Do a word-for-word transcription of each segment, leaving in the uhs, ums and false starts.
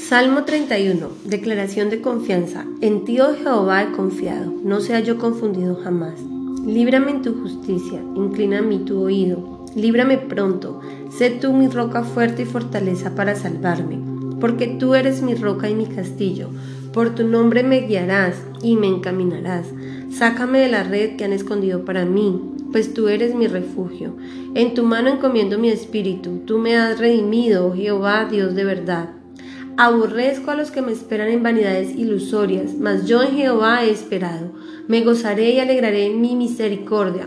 Salmo treinta y uno. Declaración de confianza. En ti, oh Jehová, he confiado, no sea yo confundido jamás. Líbrame en tu justicia, inclina a mí tu oído, líbrame pronto, sé tú mi roca fuerte y fortaleza para salvarme, porque tú eres mi roca y mi castillo, por tu nombre me guiarás y me encaminarás. Sácame de la red que han escondido para mí, pues tú eres mi refugio. En tu mano encomiendo mi espíritu, tú me has redimido, oh Jehová, Dios de verdad. Aborrezco a los que me esperan en vanidades ilusorias, mas yo en Jehová he esperado. Me gozaré y alegraré en mi misericordia,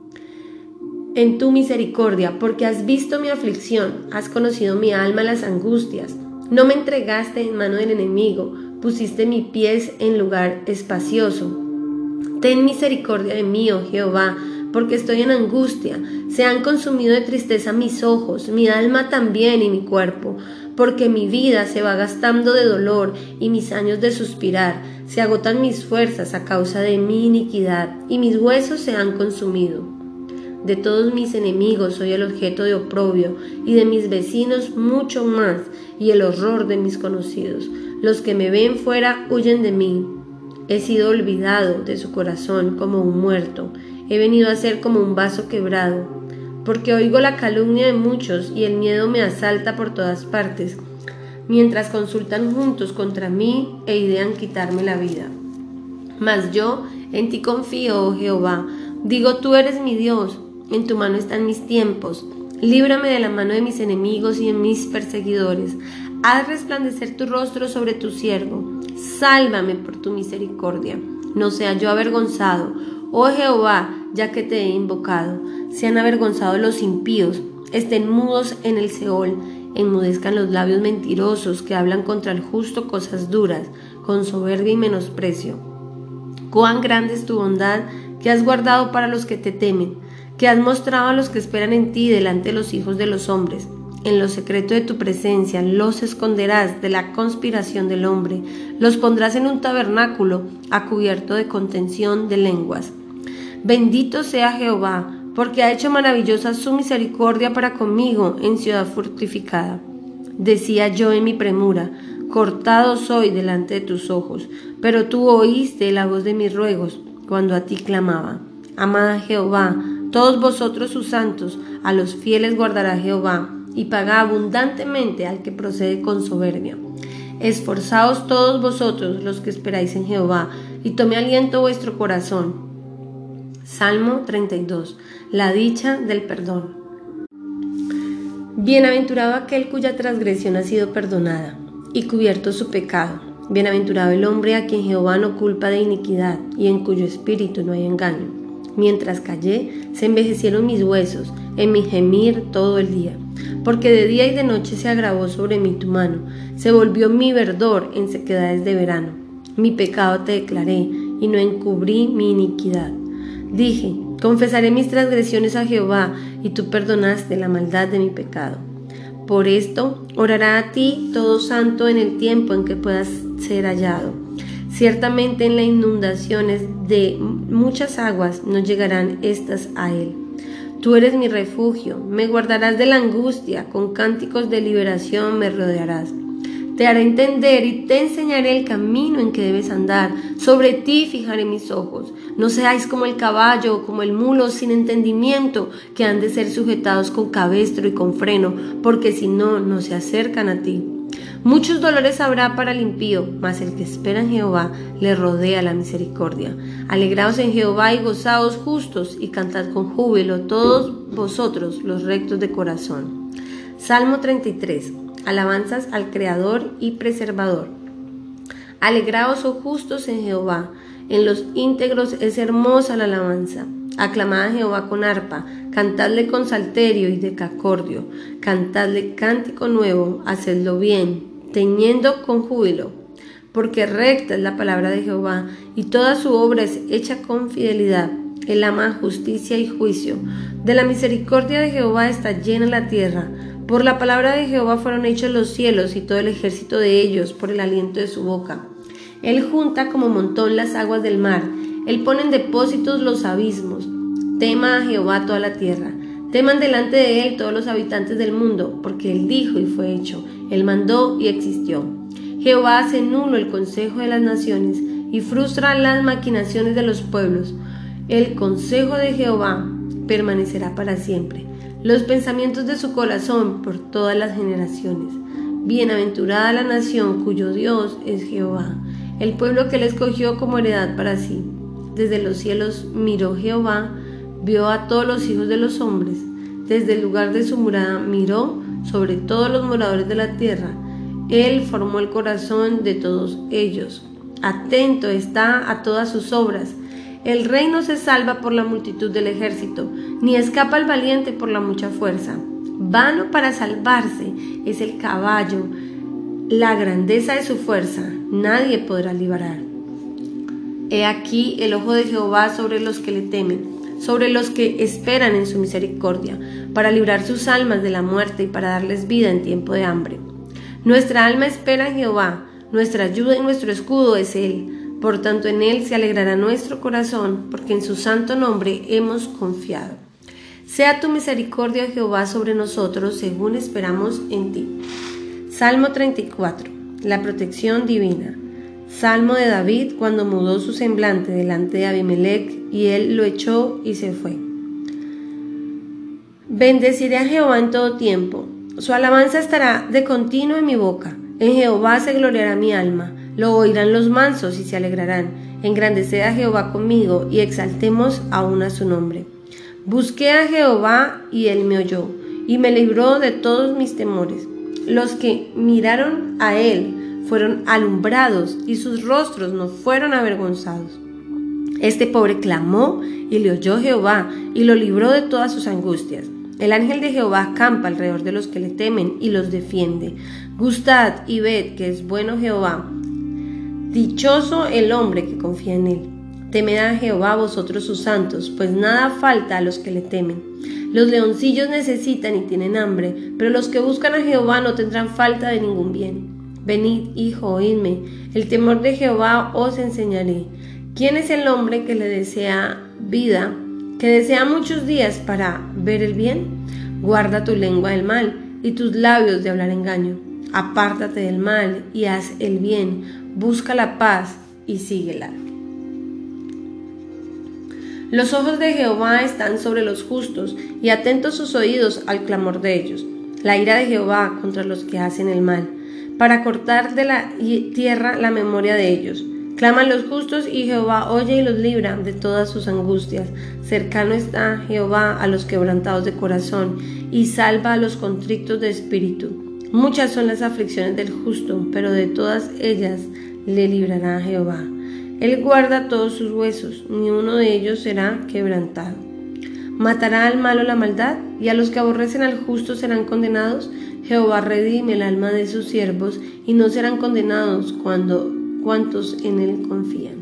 en tu misericordia, porque has visto mi aflicción, has conocido mi alma las angustias. No me entregaste en mano del enemigo, pusiste mis pies en lugar espacioso. Ten misericordia de mí, oh Jehová, porque estoy en angustia. Se han consumido de tristeza mis ojos, mi alma también y mi cuerpo, porque mi vida se va gastando de dolor y mis años de suspirar. Se agotan mis fuerzas a causa de mi iniquidad, y mis huesos se han consumido. De todos mis enemigos soy el objeto de oprobio, y de mis vecinos mucho más, y el horror de mis conocidos. Los que me ven fuera huyen de mí. He sido olvidado de su corazón como un muerto. He venido a ser como un vaso quebrado, porque oigo la calumnia de muchos y el miedo me asalta por todas partes, mientras consultan juntos contra mí e idean quitarme la vida. Mas yo en ti confío, oh Jehová. Digo, tú eres mi Dios, en tu mano están mis tiempos. Líbrame de la mano de mis enemigos y de mis perseguidores. Haz resplandecer tu rostro sobre tu siervo. Sálvame por tu misericordia. No sea yo avergonzado, oh Jehová, ya que te he invocado. Sean avergonzados los impíos, estén mudos en el Seol, enmudezcan los labios mentirosos que hablan contra el justo cosas duras, con soberbia y menosprecio. Cuán grande es tu bondad que has guardado para los que te temen, que has mostrado a los que esperan en ti delante de los hijos de los hombres. En lo secreto de tu presencia los esconderás de la conspiración del hombre, los pondrás en un tabernáculo a cubierto de contención de lenguas. Bendito sea Jehová, porque ha hecho maravillosa su misericordia para conmigo en ciudad fortificada. Decía yo en mi premura, cortado soy delante de tus ojos, pero tú oíste la voz de mis ruegos cuando a ti clamaba. Amad a Jehová, todos vosotros sus santos, a los fieles guardará Jehová, y paga abundantemente al que procede con soberbia. Esforzaos todos vosotros los que esperáis en Jehová, y tome aliento vuestro corazón. Salmo treinta y dos. La dicha del perdón. Bienaventurado aquel cuya transgresión ha sido perdonada, y cubierto su pecado. Bienaventurado el hombre a quien Jehová no culpa de iniquidad, y en cuyo espíritu no hay engaño. Mientras callé, se envejecieron mis huesos, en mi gemir todo el día. Porque de día y de noche se agravó sobre mí tu mano, se volvió mi verdor en sequedades de verano. Mi pecado te declaré, y no encubrí mi iniquidad. Dije, confesaré mis transgresiones a Jehová, y tú perdonaste la maldad de mi pecado. Por esto, orará a ti todo santo en el tiempo en que puedas ser hallado. Ciertamente en las inundaciones de muchas aguas no llegarán estas a él. Tú eres mi refugio, me guardarás de la angustia, con cánticos de liberación me rodearás. Te haré entender y te enseñaré el camino en que debes andar. Sobre ti fijaré mis ojos. No seáis como el caballo o como el mulo sin entendimiento, que han de ser sujetados con cabestro y con freno, porque si no, no se acercan a ti. Muchos dolores habrá para el impío, mas el que espera en Jehová le rodea la misericordia. Alegraos en Jehová y gozaos justos, y cantad con júbilo todos vosotros los rectos de corazón. Salmo treinta y tres. Alabanzas al Creador y Preservador. Alegraos, oh justos, en Jehová, en los íntegros es hermosa la alabanza. Aclamad a Jehová con arpa, cantadle con salterio y decacordio, cantadle cántico nuevo, hacedlo bien, tañendo con júbilo. Porque recta es la palabra de Jehová, y toda su obra es hecha con fidelidad. Él ama justicia y juicio. De la misericordia de Jehová está llena la tierra. Por la palabra de Jehová fueron hechos los cielos y todo el ejército de ellos por el aliento de su boca. Él junta como montón las aguas del mar, él pone en depósitos los abismos. Tema a Jehová toda la tierra, teman delante de él todos los habitantes del mundo, porque él dijo y fue hecho, él mandó y existió. Jehová hace nulo el consejo de las naciones y frustra las maquinaciones de los pueblos. El consejo de Jehová permanecerá para siempre, los pensamientos de su corazón por todas las generaciones. Bienaventurada la nación cuyo Dios es Jehová, el pueblo que él escogió como heredad para sí. Desde los cielos miró Jehová, vio a todos los hijos de los hombres. Desde el lugar de su morada miró sobre todos los moradores de la tierra. Él formó el corazón de todos ellos. Atento está a todas sus obras. El rey no se salva por la multitud del ejército, ni escapa el valiente por la mucha fuerza. Vano para salvarse es el caballo, la grandeza de su fuerza, nadie podrá librar. He aquí el ojo de Jehová sobre los que le temen, sobre los que esperan en su misericordia, para librar sus almas de la muerte y para darles vida en tiempo de hambre. Nuestra alma espera en Jehová, nuestra ayuda y nuestro escudo es Él. Por tanto, en Él se alegrará nuestro corazón, porque en su santo nombre hemos confiado. Sea tu misericordia, Jehová, sobre nosotros, según esperamos en ti. Salmo treinta y cuatro. La protección divina. Salmo de David cuando mudó su semblante delante de Abimelech y él lo echó y se fue. Bendeciré a Jehová en todo tiempo. Su alabanza estará de continuo en mi boca. En Jehová se gloriará mi alma. Lo oirán los mansos y se alegrarán. Engrandeced a Jehová conmigo y exaltemos aún a su nombre. Busqué a Jehová y él me oyó y me libró de todos mis temores. Los que miraron a él fueron alumbrados y sus rostros no fueron avergonzados. Este pobre clamó y le oyó Jehová y lo libró de todas sus angustias. El ángel de Jehová acampa alrededor de los que le temen y los defiende. Gustad y ved que es bueno Jehová. Dichoso el hombre que confía en él. Temed a Jehová vosotros sus santos, pues nada falta a los que le temen. Los leoncillos necesitan y tienen hambre, pero los que buscan a Jehová no tendrán falta de ningún bien. Venid, hijo, oídme, el temor de Jehová os enseñaré. ¿Quién es el hombre que le desea vida, que desea muchos días para ver el bien? Guarda tu lengua del mal y tus labios de hablar engaño. Apártate del mal y haz el bien, busca la paz y síguela. Los ojos de Jehová están sobre los justos y atentos sus oídos al clamor de ellos. La ira de Jehová contra los que hacen el mal, para cortar de la tierra la memoria de ellos. Claman los justos y Jehová oye y los libra de todas sus angustias. Cercano está Jehová a los quebrantados de corazón y salva a los contritos de espíritu. Muchas son las aflicciones del justo, pero de todas ellas le librará Jehová. Él guarda todos sus huesos, ni uno de ellos será quebrantado. ¿Matará al malo la maldad? ¿Y a los que aborrecen al justo serán condenados? Jehová redime el alma de sus siervos, y no serán condenados cuando cuantos en él confían.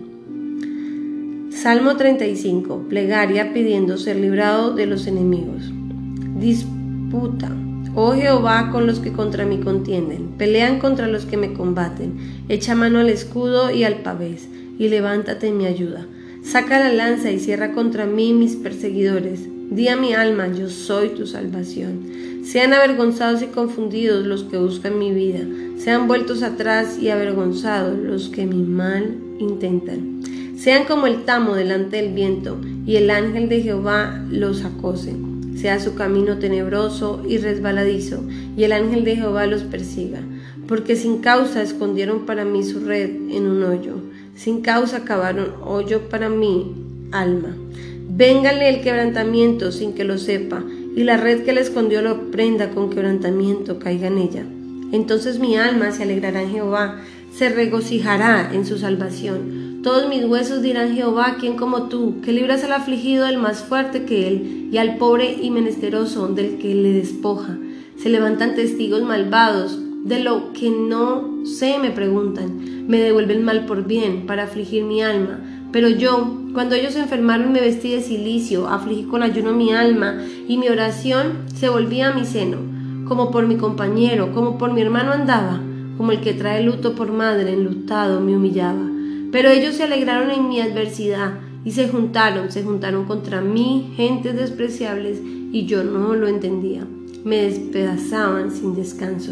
Salmo treinta y cinco. Plegaria pidiendo ser librado de los enemigos. Disputa. Oh Jehová, con los que contra mí contienden, pelean contra los que me combaten. Echa mano al escudo y al pavés, y levántate en mi ayuda. Saca la lanza y cierra contra mí mis perseguidores. Di a mi alma, yo soy tu salvación. Sean avergonzados y confundidos los que buscan mi vida. Sean vueltos atrás y avergonzados los que mi mal intentan. Sean como el tamo delante del viento, y el ángel de Jehová los acose. Sea su camino tenebroso y resbaladizo, y el ángel de Jehová los persiga. Porque sin causa escondieron para mí su red en un hoyo. Sin causa cavaron hoyo para mi alma. Véngale el quebrantamiento sin que lo sepa, y la red que le escondió lo prenda con quebrantamiento, caiga en ella. Entonces mi alma se alegrará en Jehová, se regocijará en su salvación. Todos mis huesos dirán: Jehová, ¿quién como tú, que libras al afligido del más fuerte que él, y al pobre y menesteroso del que le despoja? Se levantan testigos malvados, de lo que no sé me preguntan. Me devuelven mal por bien, para afligir mi alma. Pero yo, cuando ellos se enfermaron, me vestí de cilicio, afligí con ayuno mi alma, y mi oración se volvía a mi seno. Como por mi compañero, como por mi hermano andaba, como el que trae luto por madre, enlutado me humillaba. Pero ellos se alegraron en mi adversidad, y se juntaron, se juntaron contra mí, gentes despreciables, y yo no lo entendía. Me despedazaban sin descanso.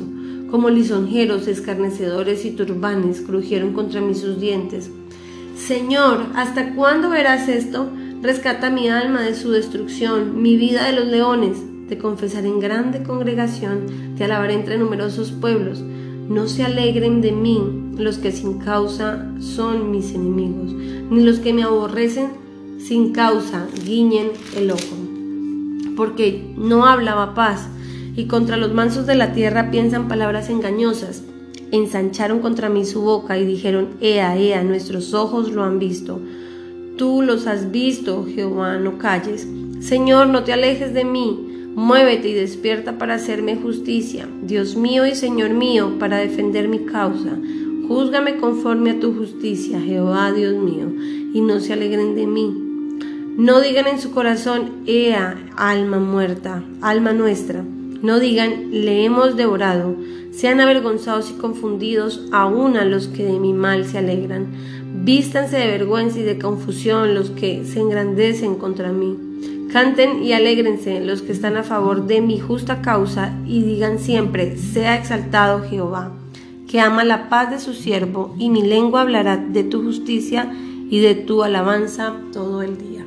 como lisonjeros, escarnecedores y turbanes, crujieron contra mí sus dientes. Señor, ¿hasta cuándo verás esto? Rescata mi alma de su destrucción, mi vida de los leones. Te confesaré en grande congregación, te alabaré entre numerosos pueblos. No se alegren de mí los que sin causa son mis enemigos, ni los que me aborrecen sin causa guiñen el ojo. Porque no hablaba paz, y contra los mansos de la tierra piensan palabras engañosas. Ensancharon contra mí su boca y dijeron: Ea, ea, nuestros ojos lo han visto. Tú los has visto, Jehová, no calles. Señor, no te alejes de mí. Muévete y despierta para hacerme justicia. Dios mío y Señor mío, para defender mi causa. Júzgame conforme a tu justicia, Jehová, Dios mío, y no se alegren de mí. No digan en su corazón: Ea, alma muerta, alma nuestra. No digan: le hemos devorado. Sean avergonzados y confundidos aún a los que de mi mal se alegran. Vístanse de vergüenza y de confusión los que se engrandecen contra mí. Canten y alégrense los que están a favor de mi justa causa, y digan siempre: sea exaltado Jehová, que ama la paz de su siervo, y mi lengua hablará de tu justicia y de tu alabanza todo el día.